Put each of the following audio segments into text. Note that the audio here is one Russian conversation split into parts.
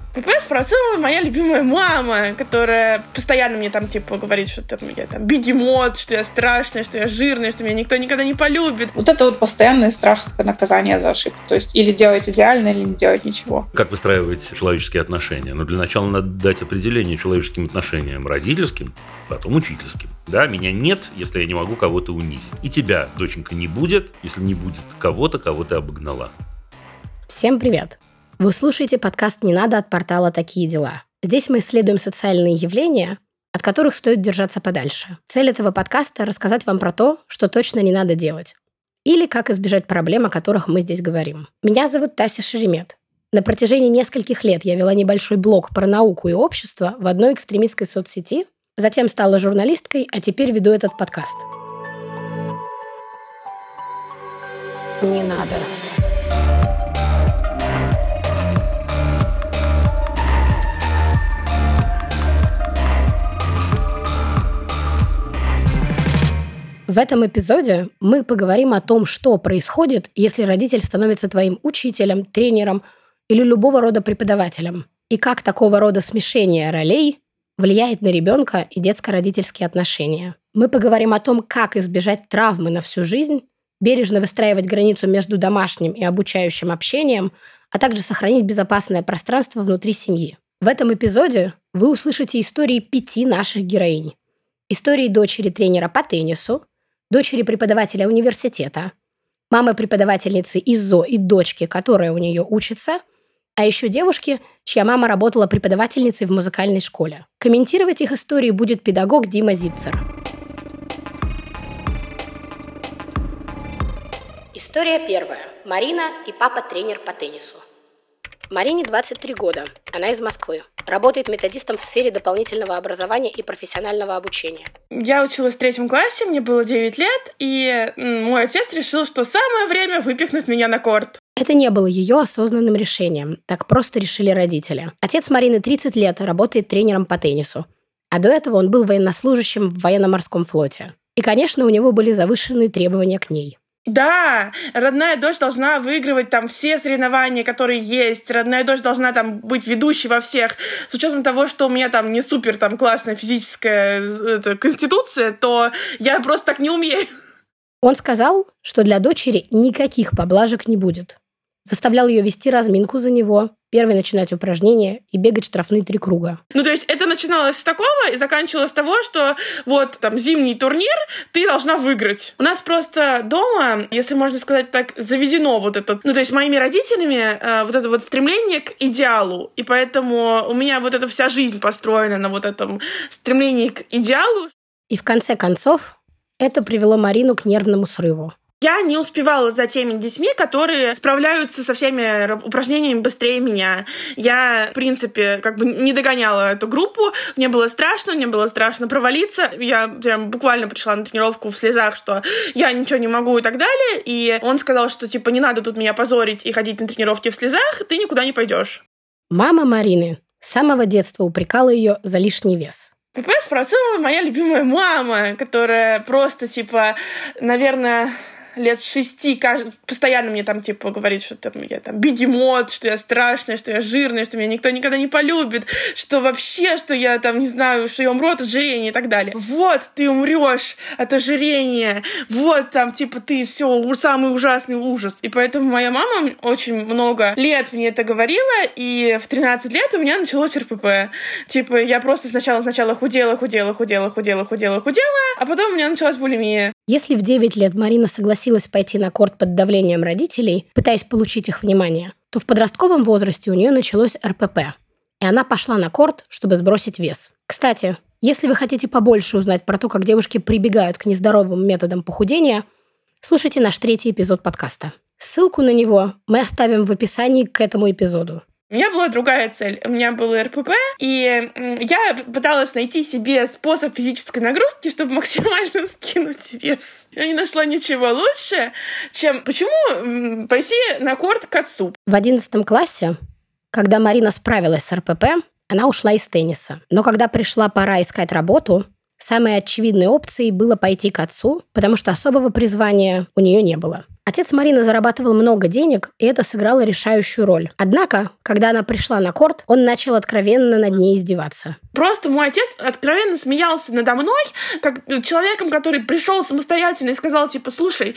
ПП спросила моя любимая мама, которая постоянно мне там, типа, говорит, что там, я там бегемот, что я страшная, что я жирная, что меня никто никогда не полюбит. Вот это вот постоянный страх наказания за ошибку. То есть или делать идеально, или не делать ничего. Как выстраивать человеческие отношения? Ну, для начала надо дать определение человеческим отношениям. Родительским, потом учительским. Да, меня нет, если я не могу кого-то унизить. И тебя, доченька, не будет, если не будет кого-то, кого ты обогнала. Всем привет! Вы слушаете подкаст «Не надо» от портала «Такие дела». Здесь мы исследуем социальные явления, от которых стоит держаться подальше. Цель этого подкаста – рассказать вам про то, что точно не надо делать. Или как избежать проблем, о которых мы здесь говорим. Меня зовут Тася Шеремет. На протяжении нескольких лет я вела небольшой блог про науку и общество в одной экстремистской соцсети, затем стала журналисткой, а теперь веду этот подкаст. Не надо. В этом эпизоде мы поговорим о том, что происходит, если родитель становится твоим учителем, тренером или любого рода преподавателем, и как такого рода смешение ролей влияет на ребенка и детско-родительские отношения. Мы поговорим о том, как избежать травмы на всю жизнь, бережно выстраивать границу между домашним и обучающим общением, а также сохранить безопасное пространство внутри семьи. В этом эпизоде вы услышите истории 5 наших героинь. Истории дочери тренера по теннису, дочери преподавателя университета, мамы преподавательницы ИЗО и дочки, которая у нее учится, а еще девушки, чья мама работала преподавательницей в музыкальной школе. Комментировать их истории будет педагог Дима Зицер. История первая. Марина и папа-тренер по теннису. Марине 23 года. Она из Москвы. Работает методистом в сфере дополнительного образования и профессионального обучения. Я училась в 3 классе, мне было 9 лет, и мой отец решил, что самое время выпихнуть меня на корт. Это не было ее осознанным решением. Так просто решили родители. Отец Марины 30 лет работает тренером по теннису. А до этого он был военнослужащим в военно-морском флоте. И, конечно, у него были завышенные требования к ней. Да, родная дочь должна выигрывать там все соревнования, которые есть. Родная дочь должна там быть ведущей во всех. С учетом того, что у меня там не супер там классная физическая конституция, то я просто так не умею. Он сказал, что для дочери никаких поблажек не будет. Заставлял ее вести разминку за него, первой начинать упражнения и бегать штрафные 3 круга. Ну, то есть это начиналось с такого и заканчивалось с того, что вот там зимний турнир ты должна выиграть. У нас просто дома, если можно сказать так, заведено вот это, ну, то есть моими родителями вот это вот стремление к идеалу. И поэтому у меня вот эта вся жизнь построена на вот этом стремлении к идеалу. И в конце концов это привело Марину к нервному срыву. Я не успевала за теми детьми, которые справляются со всеми упражнениями быстрее меня. Я, в принципе, как бы не догоняла эту группу. Мне было страшно провалиться. Я прям буквально пришла на тренировку в слезах, что я ничего не могу и так далее. И он сказал, что типа не надо тут меня позорить и ходить на тренировки в слезах, ты никуда не пойдешь. Мама Марины с самого детства упрекала ее за лишний вес. ПП спросила моя любимая мама, которая просто, типа, наверное, лет 6 постоянно мне там, типа, говорит, что там, я там бегемот, что я страшная, что я жирная, что меня никто никогда не полюбит, что вообще, что я там, не знаю, что я умру от ожирения и так далее. Вот, ты умрешь от ожирения, вот там, типа, ты все самый ужасный ужас. И поэтому моя мама очень много лет мне это говорила, и в 13 лет у меня началось РПП. Типа, я просто сначала худела, а потом у меня началась булимия. Если в 9 лет Марина согласилась пойти на корт под давлением родителей, пытаясь получить их внимание, то в подростковом возрасте у нее началось РПП. И она пошла на корт, чтобы сбросить вес. Кстати, если вы хотите побольше узнать про то, как девушки прибегают к нездоровым методам похудения, слушайте наш 3-й эпизод подкаста. Ссылку на него мы оставим в описании к этому эпизоду. У меня была другая цель. У меня был РПП, и я пыталась найти себе способ физической нагрузки, чтобы максимально скинуть вес. Я не нашла ничего лучше, чем почему пойти на корт к отцу. В 11 классе, когда Марина справилась с РПП, она ушла из тенниса. Но когда пришла пора искать работу, самой очевидной опцией было пойти к отцу, потому что особого призвания у нее не было. Отец Марины зарабатывал много денег, и это сыграло решающую роль. Однако, когда она пришла на корт, он начал откровенно над ней издеваться. Просто мой отец откровенно смеялся надо мной, как человеком, который пришел самостоятельно и сказал, типа, слушай,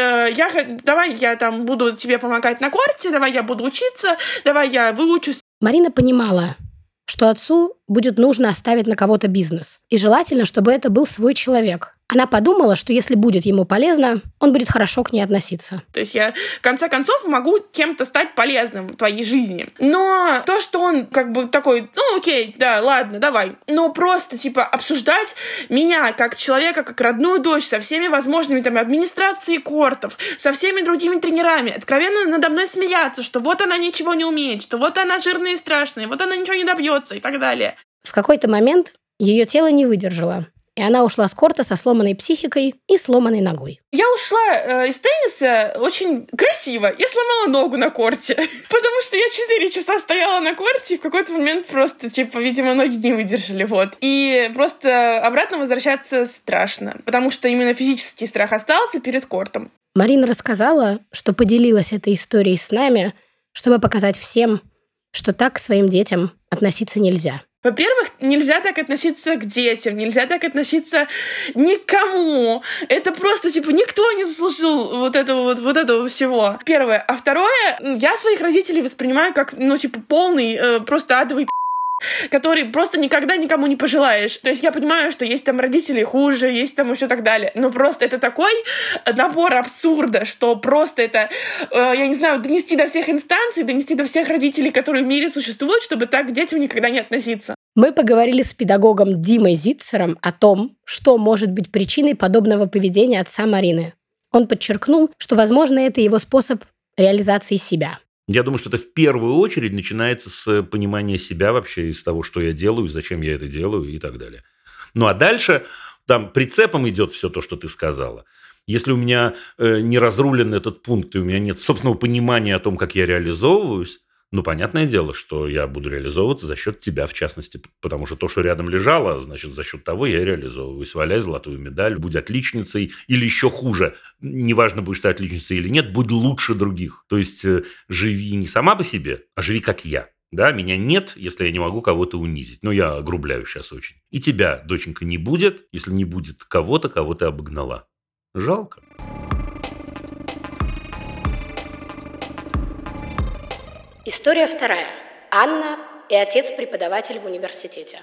давай я там буду тебе помогать на корте, давай я буду учиться, давай я выучусь. Марина понимала, что отцу будет нужно оставить на кого-то бизнес. И желательно, чтобы это был свой человек. Она подумала, что если будет ему полезно, он будет хорошо к ней относиться. То есть я, в конце концов, могу кем-то стать полезным в твоей жизни. Но то, что он как бы такой, ну окей, да, ладно, давай. Но просто, типа, обсуждать меня как человека, как родную дочь, со всеми возможными там администрацией кортов, со всеми другими тренерами, откровенно надо мной смеяться, что вот она ничего не умеет, что вот она жирная и страшная, вот она ничего не добьется и так далее. В какой-то момент ее тело не выдержало. И она ушла с корта со сломанной психикой и сломанной ногой. Я ушла из тенниса очень красиво. Я сломала ногу на корте. Потому что я 4 часа стояла на корте, и в какой-то момент просто, типа, видимо, ноги не выдержали. Вот. И просто обратно возвращаться страшно. Потому что именно физический страх остался перед кортом. Марина рассказала, что поделилась этой историей с нами, чтобы показать всем, что так к своим детям относиться нельзя. Во-первых, нельзя так относиться к детям, нельзя так относиться никому. Это просто, типа, никто не заслужил вот этого всего. Первое. А второе, я своих родителей воспринимаю как, ну, типа, полный, просто адовый который просто никогда никому не пожелаешь. То есть я понимаю, что есть там родители хуже, есть там еще так далее. Но просто это такой набор абсурда, что просто это, я не знаю, донести до всех инстанций, донести до всех родителей, которые в мире существуют, чтобы так к детям никогда не относиться. Мы поговорили с педагогом Димой Зицером о том, что может быть причиной подобного поведения отца Марины. Он подчеркнул, что, возможно, это его способ реализации себя. Я думаю, что это в первую очередь начинается с понимания себя вообще, из того, что я делаю, зачем я это делаю и так далее. Ну, а дальше там прицепом идет все то, что ты сказала. Если у меня не разрулен этот пункт, и у меня нет собственного понимания о том, как я реализовываюсь, ну, понятное дело, что я буду реализовываться за счет тебя, в частности, потому что то, что рядом лежало, значит, за счет того я и реализовываюсь. Валяй золотую медаль, будь отличницей или еще хуже. Неважно, будешь ты отличницей или нет, будь лучше других. То есть живи не сама по себе, а живи как я. Да, меня нет, если я не могу кого-то унизить. Ну, я огрубляю сейчас очень. И тебя, доченька, не будет, если не будет кого-то, кого ты обогнала. Жалко. История вторая. Анна и отец-преподаватель в университете.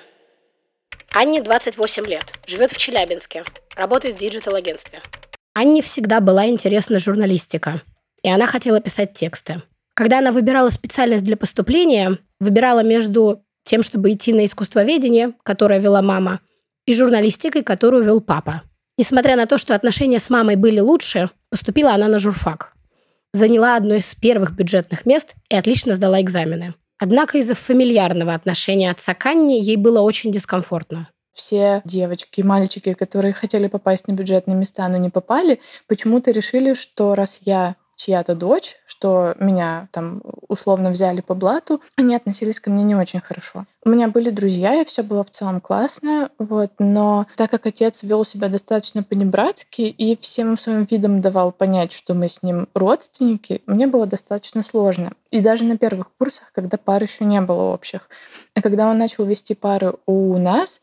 Анне 28 лет, живет в Челябинске, работает в диджитал-агентстве. Анне всегда была интересна журналистика, и она хотела писать тексты. Когда она выбирала специальность для поступления, выбирала между тем, чтобы идти на искусствоведение, которое вела мама, и журналистикой, которую вел папа. Несмотря на то, что отношения с мамой были лучше, поступила она на журфак. Заняла одно из первых бюджетных мест и отлично сдала экзамены. Однако из-за фамильярного отношения отца к Анне ей было очень дискомфортно. Все девочки и мальчики, которые хотели попасть на бюджетные места, но не попали, почему-то решили, что раз я чья-то дочь, что меня там условно взяли по блату, они относились ко мне не очень хорошо. У меня были друзья, и все было в целом классно, но так как отец вел себя достаточно понебратски и всем своим видом давал понять, что мы с ним родственники, мне было достаточно сложно. И даже на первых курсах, когда пар еще не было общих. А когда он начал вести пары у нас,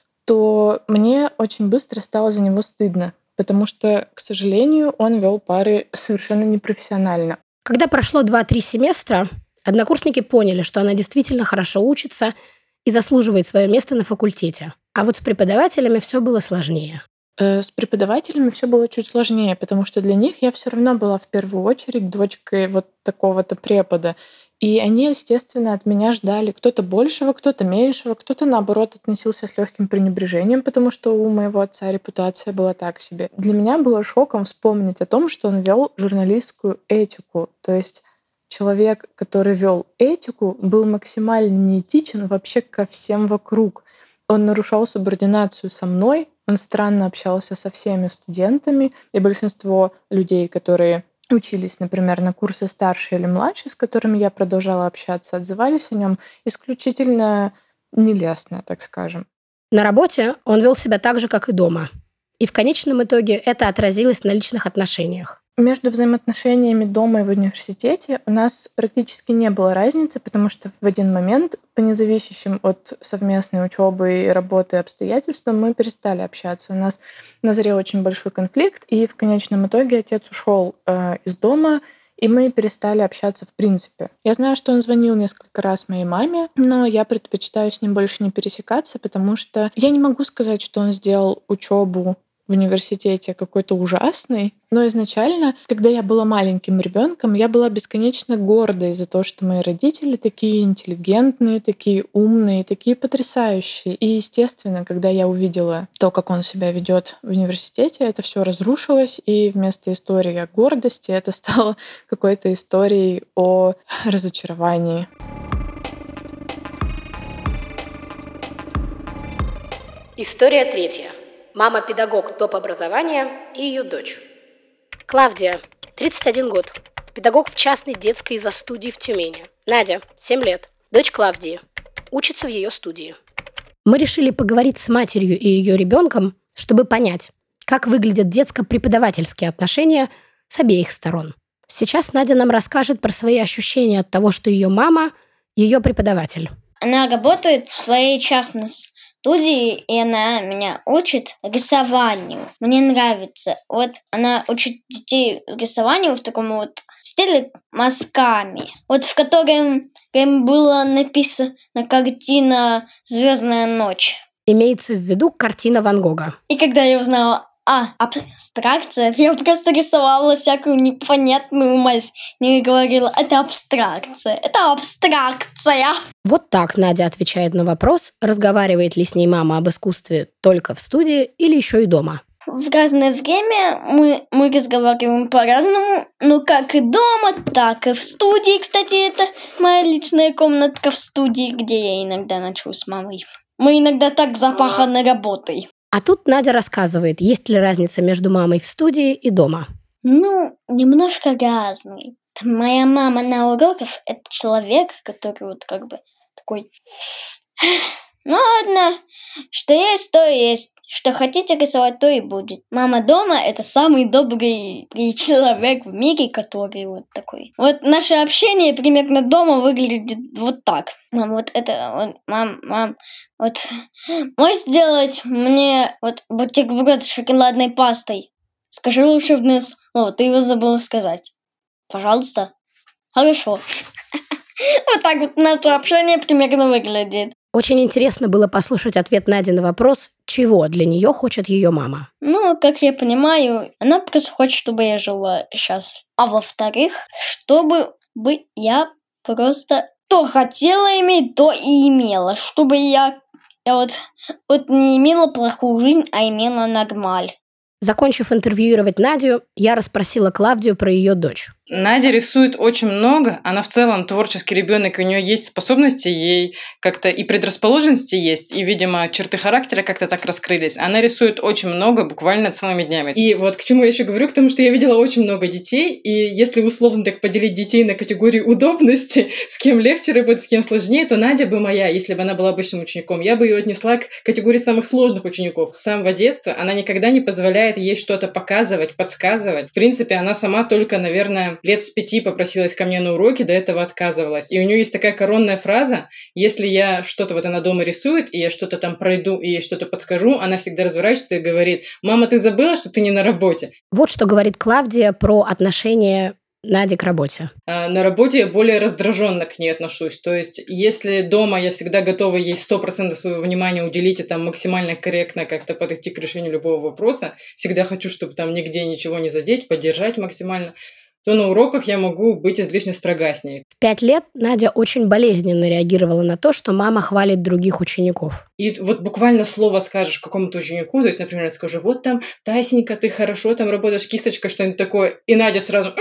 то мне очень быстро стало за него стыдно, потому что, к сожалению, он вел пары совершенно непрофессионально. Когда прошло 2-3 семестра, однокурсники поняли, что она действительно хорошо учится и заслуживает свое место на факультете. А вот с преподавателями все было сложнее. С преподавателями все было чуть сложнее, потому что для них я все равно была в первую очередь дочкой вот такого-то препода. И они, естественно, от меня ждали кто-то большего, кто-то меньшего, кто-то, наоборот, относился с легким пренебрежением, потому что у моего отца репутация была так себе. Для меня было шоком вспомнить о том, что он вел журналистскую этику. То есть человек, который вел этику, был максимально неэтичен вообще ко всем вокруг. Он нарушал субординацию со мной, он странно общался со всеми студентами, и большинство людей, которые учились, например, на курсы старше или младше, с которыми я продолжала общаться, отзывались о нем исключительно нелестно, так скажем. На работе он вел себя так же, как и дома. И в конечном итоге это отразилось на личных отношениях. Между взаимоотношениями дома и в университете у нас практически не было разницы, потому что в один момент, по независящим от совместной учебы и работы обстоятельствам, мы перестали общаться. У нас назрел очень большой конфликт, и в конечном итоге отец ушел из дома, и мы перестали общаться в принципе. Я знаю, что он звонил несколько раз моей маме, но я предпочитаю с ним больше не пересекаться, потому что я не могу сказать, что он сделал учебу в университете какой-то ужасный. Но изначально, когда я была маленьким ребенком, я была бесконечно горда из-за того, что мои родители такие интеллигентные, такие умные, такие потрясающие. И, естественно, когда я увидела то, как он себя ведет в университете, это все разрушилось, и вместо истории о гордости это стало какой-то историей о разочаровании. История третья. Мама-педагог топ-образования и ее дочь. Клавдия, 31 год. Педагог в частной детской изо-студии в Тюмени. Надя, 7 лет. Дочь Клавдии. Учится в ее студии. Мы решили поговорить с матерью и ее ребенком, чтобы понять, как выглядят детско-преподавательские отношения с обеих сторон. Сейчас Надя нам расскажет про свои ощущения от того, что ее мама – ее преподаватель. Она работает в своей частной студии, и она меня учит рисованию. Мне нравится. Вот она учит детей рисованию в таком вот стиле мазками. Вот в котором была написана картина «Звездная ночь». Имеется в виду картина Ван Гога. И когда я узнала, абстракция, я просто рисовала всякую непонятную мазь. Не говорила, это абстракция. Вот так Надя отвечает на вопрос, разговаривает ли с ней мама об искусстве только в студии или еще и дома. В разное время мы разговариваем по-разному, но как и дома, так и в студии. Кстати, это моя личная комнатка в студии, где я иногда ночую с мамой. Мы иногда так запаханы работой. А тут Надя рассказывает, есть ли разница между мамой в студии и дома. Немножко разные. Моя мама на уроках – это человек, который вот как бы такой... Ну ладно, что есть, то есть. Что хотите рисовать, то и будет. Мама дома – это самый добрый человек в мире, который вот такой. Вот наше общение примерно дома выглядит вот так. Мам, вот это, мам, вот можешь сделать мне вот бутерброд с шоколадной пастой? Скажи волшебное слово, ты его забыла сказать. Пожалуйста. Хорошо. Вот так вот наше общение примерно выглядит. Очень интересно было послушать ответ Нади на вопрос, чего для нее хочет ее мама. Как я понимаю, она просто хочет, чтобы я жила счастливо. А во-вторых, чтобы я просто то хотела иметь, то и имела. Чтобы я вот не имела плохую жизнь, а имела нормаль. Закончив интервьюировать Надю, я расспросила Клавдию про ее дочь. Надя рисует очень много, она в целом творческий ребенок, у нее есть способности, ей как-то и предрасположенности есть, и, видимо, черты характера как-то так раскрылись. Она рисует очень много, буквально целыми днями. И вот к чему я еще говорю, к тому, что я видела очень много детей, и если условно так поделить детей на категории удобности, с кем легче работать, с кем сложнее, то Надя бы моя, если бы она была обычным учеником, я бы ее отнесла к категории самых сложных учеников. С самого детства она никогда не позволяет ей что-то показывать, подсказывать. В принципе, она сама только, наверное, лет с 5 попросилась ко мне на уроки, до этого отказывалась. И у нее есть такая коронная фраза: если я что-то, вот она дома рисует, и я что-то там пройду, и ей что-то подскажу, она всегда разворачивается и говорит: «Мама, ты забыла, что ты не на работе?» Вот что говорит Клавдия про отношения Нади к работе. На работе я более раздраженно к ней отношусь. То есть, если дома я всегда готова ей 100% своего внимания уделить и там максимально корректно как-то подойти к решению любого вопроса, всегда хочу, чтобы там нигде ничего не задеть, поддержать максимально, то на уроках я могу быть излишне строга с ней. В 5 лет Надя очень болезненно реагировала на то, что мама хвалит других учеников. И вот буквально слово скажешь какому-то ученику, то есть, например, скажу: вот там, Тасенька, ты хорошо там работаешь, кисточка, что-нибудь такое, и Надя сразу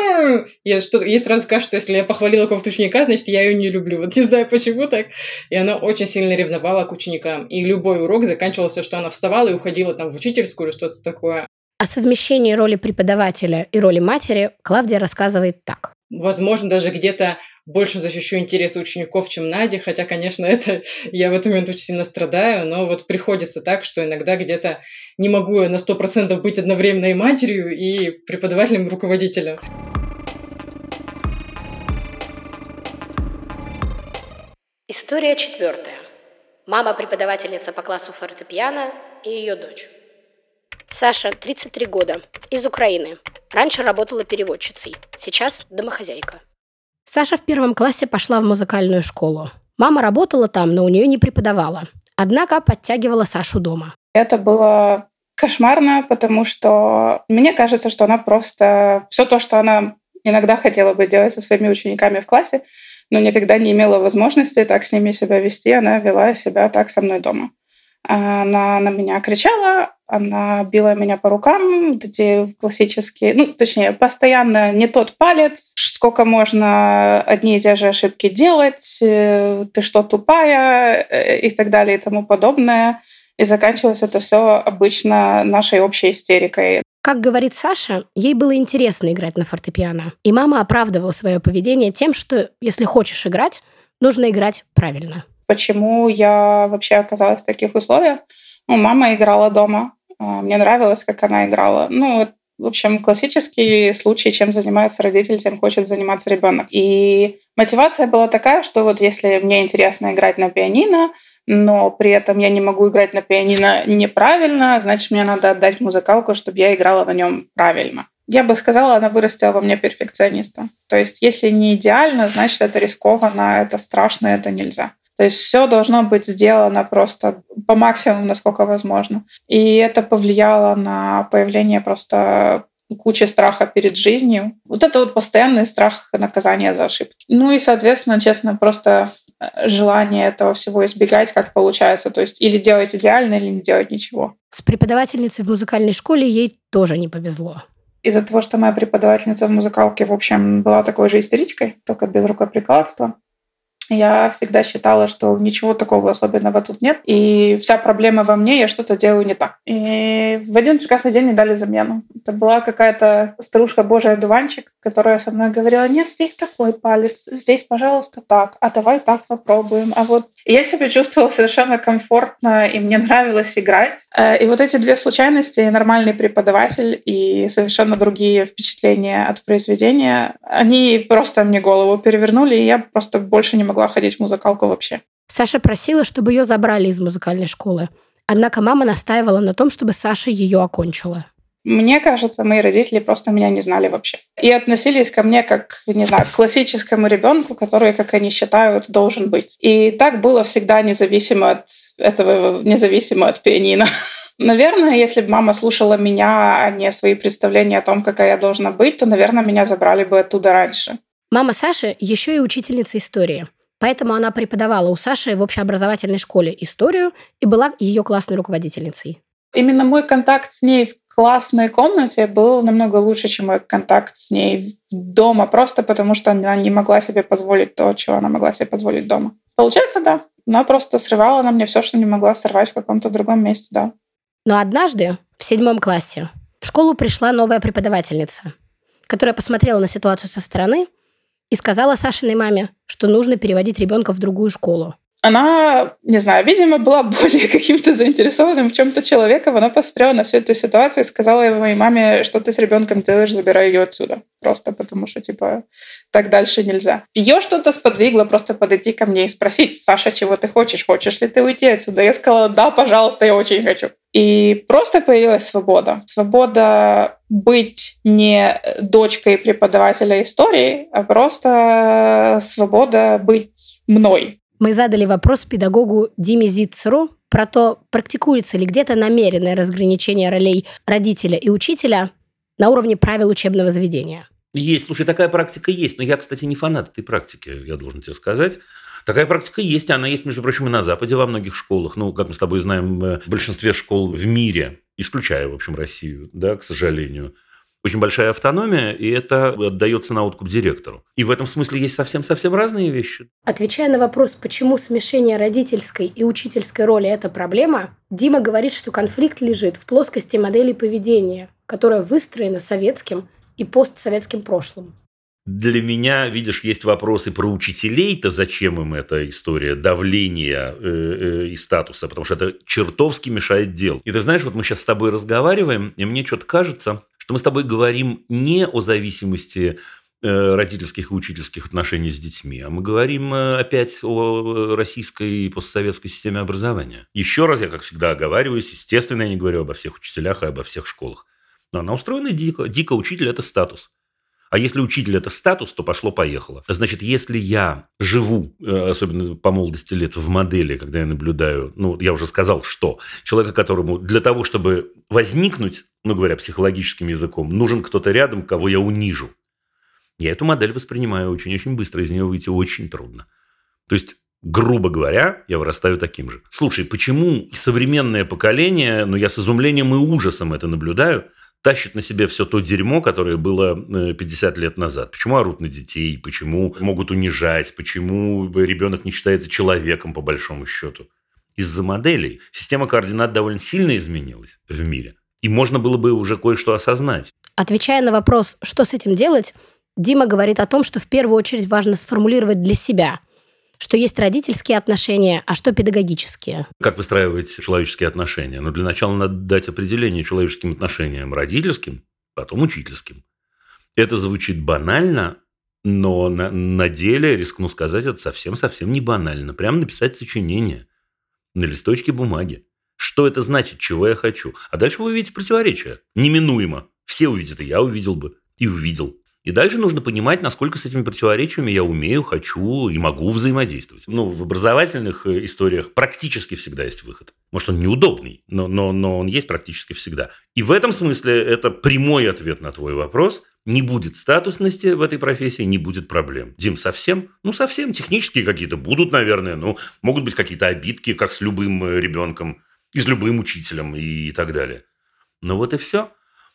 ей сразу скажет, что если я похвалила какого-то ученика, значит, я ее не люблю. Вот не знаю, почему так. И она очень сильно ревновала к ученикам. И любой урок заканчивался, что она вставала и уходила там в учительскую или что-то такое. О совмещении роли преподавателя и роли матери Клавдия рассказывает так. Возможно, даже где-то больше защищу интересы учеников, чем Надя, хотя, конечно, это я в этот момент очень сильно страдаю, но вот приходится так, что иногда где-то не могу на 100% быть одновременно и матерью, и преподавателем, и руководителем. История 4. Мама преподавательница по классу фортепиано и ее дочь. Саша, 33 года, из Украины. Раньше работала переводчицей, сейчас домохозяйка. Саша в 1 классе пошла в музыкальную школу. Мама работала там, но у нее не преподавала. Однако подтягивала Сашу дома. Это было кошмарно, потому что мне кажется, что она просто... Все то, что она иногда хотела бы делать со своими учениками в классе, но никогда не имела возможности так с ними себя вести, она вела себя так со мной дома. Она на меня кричала, она била меня по рукам, эти классические, точнее, постоянно не тот палец, сколько можно одни и те же ошибки делать, ты что, тупая, и так далее, и тому подобное. И заканчивалось это все обычно нашей общей истерикой. Как говорит Саша, ей было интересно играть на фортепиано. И мама оправдывала свое поведение тем, что если хочешь играть, нужно играть правильно. Почему я вообще оказалась в таких условиях? Мама играла дома. Мне нравилось, как она играла. В общем, классический случай, чем занимается родитель, тем хочет заниматься ребенок. И мотивация была такая, что вот если мне интересно играть на пианино, но при этом я не могу играть на пианино неправильно, значит, мне надо отдать музыкалку, чтобы я играла на нем правильно. Я бы сказала, она вырастила во мне перфекциониста. То есть, если не идеально, значит, это рискованно, это страшно, это нельзя. То есть все должно быть сделано просто по максимуму, насколько возможно. И это повлияло на появление просто кучи страха перед жизнью. Вот это вот постоянный страх наказания за ошибки. И, соответственно, честно, просто желание этого всего избегать, как получается. То есть или делать идеально, или не делать ничего. С преподавательницей в музыкальной школе ей тоже не повезло. Из-за того, что моя преподавательница в музыкалке, в общем, была такой же истеричкой, только без рукоприкладства, я всегда считала, что ничего такого особенного тут нет. И вся проблема во мне, я что-то делаю не так. И в один прекрасный день мне дали замену. Это была какая-то старушка Божий одуванчик, которая со мной говорила: нет, здесь такой палец, здесь, пожалуйста, так, а давай так попробуем. И я себя чувствовала совершенно комфортно, и мне нравилось играть. И вот эти две случайности, нормальный преподаватель и совершенно другие впечатления от произведения, они просто мне голову перевернули, и я просто больше не могла ходить в музыкалку вообще. Саша просила, чтобы ее забрали из музыкальной школы. Однако мама настаивала на том, чтобы Саша ее окончила. Мне кажется, мои родители просто меня не знали вообще. И относились ко мне как, не знаю, к классическому ребенку, который, как они считают, должен быть. И так было всегда, независимо от этого, независимо от пианино. Наверное, если бы мама слушала меня, а не свои представления о том, какая я должна быть, то, наверное, меня забрали бы оттуда раньше. Мама Саши еще и учительница истории. Поэтому она преподавала у Саши в общеобразовательной школе историю и была ее классной руководительницей. Именно мой контакт с ней в классной комнате был намного лучше, чем мой контакт с ней дома, просто потому что она не могла себе позволить то, чего она могла себе позволить дома. Получается, да. Она просто срывала на мне все, что не могла сорвать в каком-то другом месте, да. Но однажды, в 7 классе, в школу пришла новая преподавательница, которая посмотрела на ситуацию со стороны и сказала Сашиной маме, что нужно переводить ребенка в другую школу. Она, не знаю, видимо, была более каким-то заинтересованным в чем-то человеком. Она посмотрела на всю эту ситуацию и сказала моей маме: что ты с ребенком делаешь, забирай ее отсюда. Просто потому что, так дальше нельзя. Ее что-то сподвигло просто подойти ко мне и спросить: Саша, чего ты хочешь? Хочешь ли ты уйти отсюда? Я сказала: да, пожалуйста, я очень хочу. И просто появилась свобода. Свобода быть не дочкой преподавателя истории, а просто свобода быть мной. Мы задали вопрос педагогу Диме Зицеру про то, практикуется ли где-то намеренное разграничение ролей родителя и учителя на уровне правил учебного заведения. Есть. Слушай, такая практика есть. Но я, кстати, не фанат этой практики, я должен тебе сказать. Такая практика есть. Она есть, между прочим, и на Западе во многих школах. Как мы с тобой знаем, в большинстве школ в мире, исключая, в общем, Россию, да, к сожалению, очень большая автономия, и это отдается на откуп директору. И в этом смысле есть совсем-совсем разные вещи. Отвечая на вопрос, почему смешение родительской и учительской роли – это проблема, Дима говорит, что конфликт лежит в плоскости модели поведения, которая выстроена советским и постсоветским прошлым. Для меня, видишь, есть вопросы про учителей-то, зачем им эта история давления и статуса, потому что это чертовски мешает делу. И ты знаешь, вот мы сейчас с тобой разговариваем, и мне что-то кажется, что мы с тобой говорим не о зависимости родительских и учительских отношений с детьми, а мы говорим опять о российской постсоветской системе образования. Еще раз, я, как всегда, оговариваюсь, естественно, я не говорю обо всех учителях и обо всех школах. Но она устроена дико. Дико учитель – это статус. А если учитель – это статус, то пошло-поехало. Значит, если я живу, особенно по молодости лет, в модели, когда я наблюдаю, я уже сказал, что человека, которому для того, чтобы возникнуть, говоря психологическим языком, нужен кто-то рядом, кого я унижу. Я эту модель воспринимаю очень-очень быстро, из нее выйти очень трудно. То есть, грубо говоря, я вырастаю таким же. Слушай, почему современное поколение, я с изумлением и ужасом это наблюдаю, тащит на себе все то дерьмо, которое было 50 лет назад? Почему орут на детей? Почему могут унижать? Почему ребенок не считается человеком, по большому счету? Из-за моделей. Система координат довольно сильно изменилась в мире. И можно было бы уже кое-что осознать. Отвечая на вопрос, что с этим делать, Дима говорит о том, что в первую очередь важно сформулировать для себя, что есть родительские отношения, а что педагогические. Как выстраивать человеческие отношения? Для начала надо дать определение человеческим отношениям: родительским, потом учительским. Это звучит банально, но на деле, рискну сказать, это совсем-совсем не банально. Прямо написать сочинение на листочке бумаги. Что это значит, чего я хочу? А дальше вы увидите противоречия. Неминуемо. Все увидят, и я увидел бы, и увидел. И дальше нужно понимать, насколько с этими противоречиями я умею, хочу и могу взаимодействовать. В образовательных историях практически всегда есть выход. Может, он неудобный, но он есть практически всегда. И в этом смысле это прямой ответ на твой вопрос. Не будет статусности в этой профессии, не будет проблем. Дим, совсем? Совсем. Технические какие-то будут, наверное. Могут быть какие-то обидки, как с любым ребенком, и с любым учителем и так далее. Вот и все.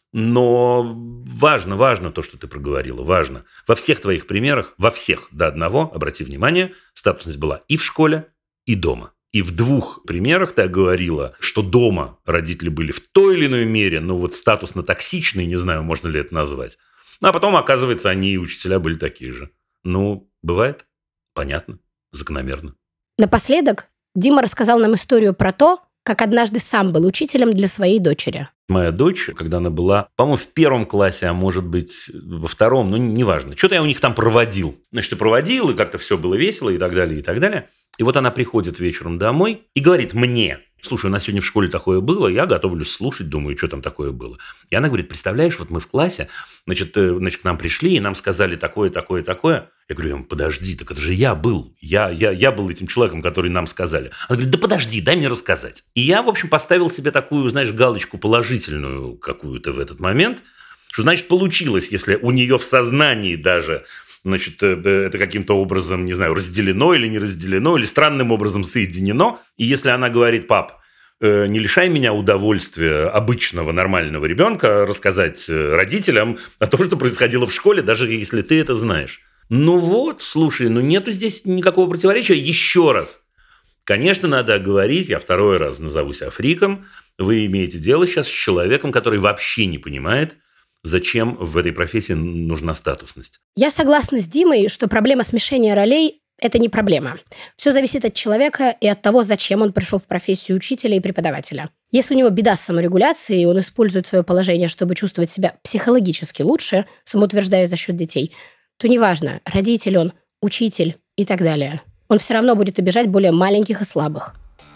Но важно то, что ты проговорила, важно. Во всех твоих примерах, во всех до одного, обрати внимание, статусность была и в школе, и дома. И в двух примерах ты говорила, что дома родители были в той или иной мере, статусно токсичные, не знаю, можно ли это назвать. А потом, оказывается, они и учителя были такие же. Бывает. Понятно. Закономерно. Напоследок Дима рассказал нам историю про то, как однажды сам был учителем для своей дочери. Моя дочь, когда она была, по-моему, в 1 классе, а может быть, во 2, неважно. Что-то я у них там проводил. Значит, проводил, и как-то все было весело, и так далее, и так далее. И вот она приходит вечером домой и говорит мне: слушай, у нас сегодня в школе такое было, я готовлюсь слушать, думаю, что там такое было. И она говорит: представляешь, вот мы в классе, значит, к нам пришли, и нам сказали такое, такое, такое. Я говорю: подожди, так это же я был. Я был этим человеком, который нам сказали. Она говорит: да подожди, дай мне рассказать. И я, в общем, поставил себе такую, знаешь, галочку положительную какую-то в этот момент, что, значит, получилось, если у нее в сознании даже, значит, это каким-то образом, не знаю, разделено или не разделено, или странным образом соединено. И если она говорит: пап, не лишай меня удовольствия обычного нормального ребенка рассказать родителям о том, что происходило в школе, даже если ты это знаешь. Слушай, нету здесь никакого противоречия. Еще раз. Конечно, надо оговорить, я 2 раз назову себя фриком, вы имеете дело сейчас с человеком, который вообще не понимает, зачем в этой профессии нужна статусность. Я согласна с Димой, что проблема смешения ролей – это не проблема. Все зависит от человека и от того, зачем он пришел в профессию учителя и преподавателя. Если у него беда с саморегуляцией, и он использует свое положение, чтобы чувствовать себя психологически лучше, самоутверждаясь за счет детей, то неважно, родитель он, учитель и так далее. Он все равно будет обижать более маленьких и слабых.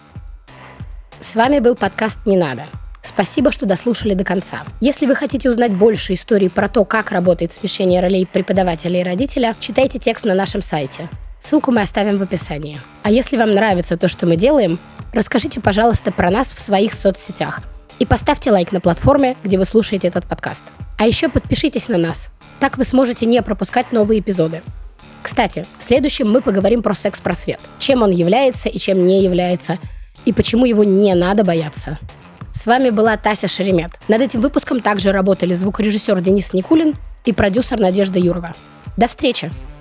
С вами был подкаст «Не надо». Спасибо, что дослушали до конца. Если вы хотите узнать больше историй про то, как работает смешение ролей преподавателя и родителя, читайте текст на нашем сайте. Ссылку мы оставим в описании. А если вам нравится то, что мы делаем, расскажите, пожалуйста, про нас в своих соцсетях и поставьте лайк на платформе, где вы слушаете этот подкаст. А еще подпишитесь на нас. Так вы сможете не пропускать новые эпизоды. Кстати, в следующем мы поговорим про секс-просвет. Чем он является и чем не является. И почему его не надо бояться. С вами была Тася Шеремет. Над этим выпуском также работали звукорежиссер Денис Никулин и продюсер Надежда Юрова. До встречи!